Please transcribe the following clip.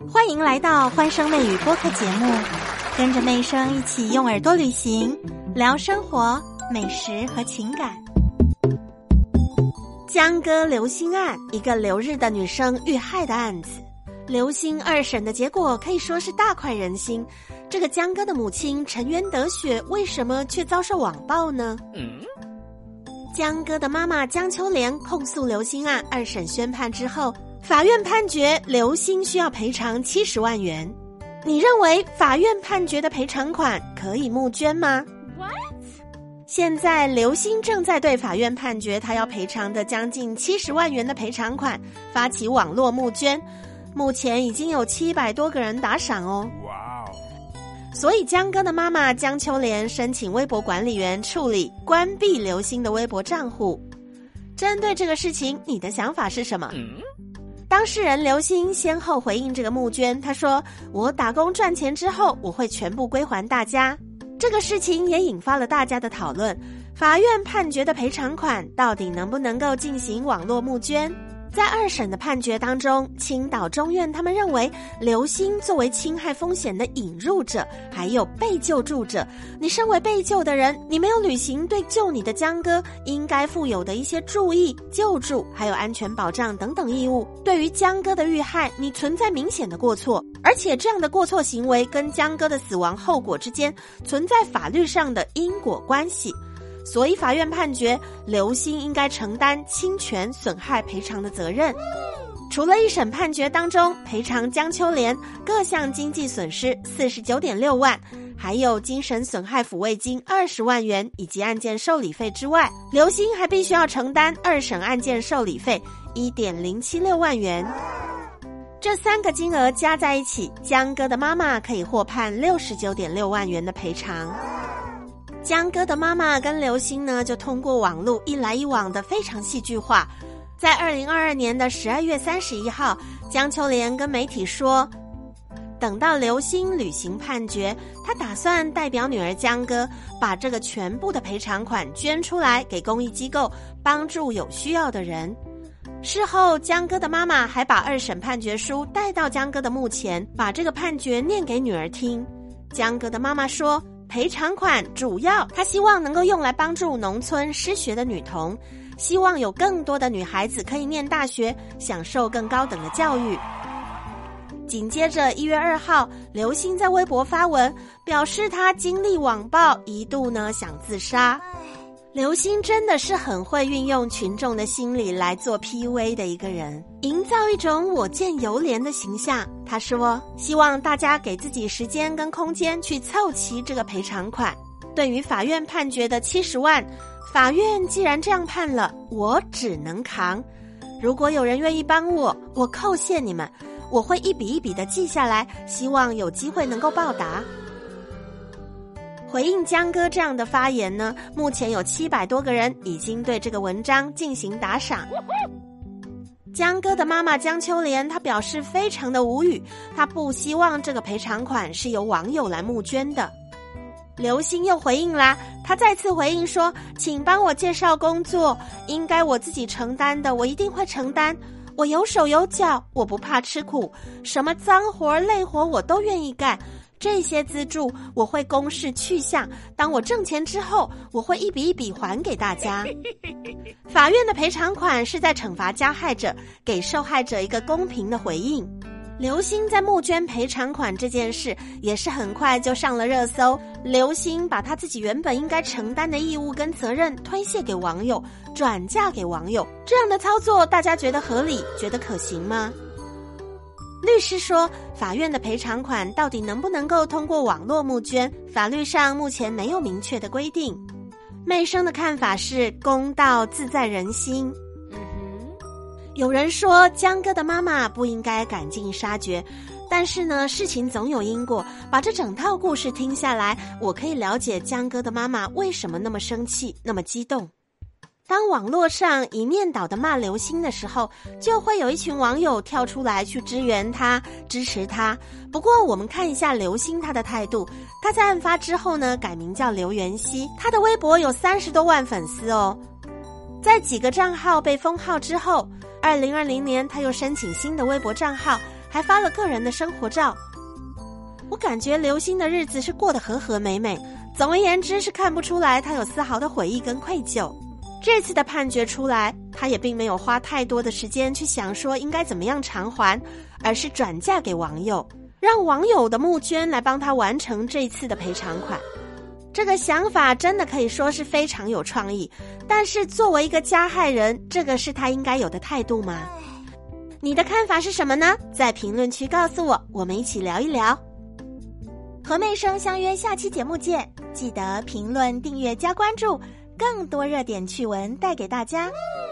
欢迎来到欢声妹语播客节目，跟着妹声一起用耳朵旅行，聊生活、美食和情感。江歌刘星案，一个留日的女生遇害的案子。刘星二审的结果可以说是大快人心。这个江歌的母亲沉冤得雪，为什么却遭受网暴呢？江歌的妈妈江秋莲控诉刘星案二审宣判之后，法院判决刘星需要赔偿70万元。你认为法院判决的赔偿款可以募捐吗？ What？ 现在刘星正在对法院判决他要赔偿的将近70万元的赔偿款发起网络募捐，目前已经有700多个人打赏哦。所以江歌的妈妈江秋莲申请微博管理员处理关闭刘星的微博账户。针对这个事情，你的想法是什么？当事人刘星先后回应这个募捐，他说：我打工赚钱之后，我会全部归还大家。这个事情也引发了大家的讨论，法院判决的赔偿款到底能不能够进行网络募捐？在二审的判决当中，青岛中院他们认为刘星作为侵害风险的引入者还有被救助者，你身为被救的人，你没有履行对救你的江歌应该负有的一些注意、救助还有安全保障等等义务，对于江歌的遇害你存在明显的过错，而且这样的过错行为跟江歌的死亡后果之间存在法律上的因果关系，所以法院判决刘星应该承担侵权损害赔偿的责任。除了一审判决当中赔偿江秋莲各项经济损失 49.6 万，还有精神损害抚慰金20万元以及案件受理费之外，刘星还必须要承担二审案件受理费 1.076 万元。这3个金额加在一起，江歌的妈妈可以获判 69.6 万元的赔偿。江歌的妈妈跟刘星呢，就通过网络一来一往的非常戏剧化。在2022年的12月31号，江秋莲跟媒体说，等到刘星履行判决，她打算代表女儿江歌把这个全部的赔偿款捐出来给公益机构，帮助有需要的人。事后江歌的妈妈还把二审判决书带到江歌的墓前，把这个判决念给女儿听。江歌的妈妈说，赔偿款主要她希望能够用来帮助农村失学的女童，希望有更多的女孩子可以念大学，享受更高等的教育。紧接着1月2号，刘星在微博发文表示他经历网暴，一度呢想自杀。刘星真的是很会运用群众的心理来做 PUA 的一个人，营造一种我见犹怜的形象。他说希望大家给自己时间跟空间去凑齐这个赔偿款。对于法院判决的70万，法院既然这样判了，我只能扛。如果有人愿意帮我，我叩谢你们，我会一笔一笔的记下来，希望有机会能够报答。回应江歌这样的发言呢，目前有700多个人已经对这个文章进行打赏。江歌的妈妈江秋莲她表示非常的无语，她不希望这个赔偿款是由网友来募捐的。刘星又回应啦，他再次回应说，请帮我介绍工作，应该我自己承担的我一定会承担，我有手有脚，我不怕吃苦，什么脏活累活我都愿意干，这些资助我会公示去向，当我挣钱之后，我会一笔一笔还给大家。法院的赔偿款是在惩罚加害者，给受害者一个公平的回应。刘星在募捐赔偿款这件事也是很快就上了热搜，刘星把他自己原本应该承担的义务跟责任推卸给网友，转嫁给网友，这样的操作大家觉得合理，觉得可行吗？律师说，法院的赔偿款到底能不能够通过网络募捐，法律上目前没有明确的规定。妹生的看法是，公道自在人心。有人说江歌的妈妈不应该赶尽杀绝，但是呢，事情总有因果，把这整套故事听下来，我可以了解江歌的妈妈为什么那么生气，那么激动。当网络上一面倒的骂刘星的时候，就会有一群网友跳出来去支援他，支持他。不过我们看一下刘星他的态度，他在案发之后呢，改名叫刘元熙，他的微博有30多万粉丝哦。在几个账号被封号之后，2020年他又申请新的微博账号， 还发了个人的生活照。我感觉刘星的日子是过得和和美美，总而言之是看不出来他有丝毫的悔意跟愧疚。这次的判决出来，他也并没有花太多的时间去想说应该怎么样偿还，而是转嫁给网友，让网友的募捐来帮他完成这一次的赔偿款。这个想法真的可以说是非常有创意，但是作为一个加害人，这个是他应该有的态度吗？你的看法是什么呢？在评论区告诉我，我们一起聊一聊。和妹生相约下期节目见，记得评论、订阅、加关注，更多热点趣闻带给大家。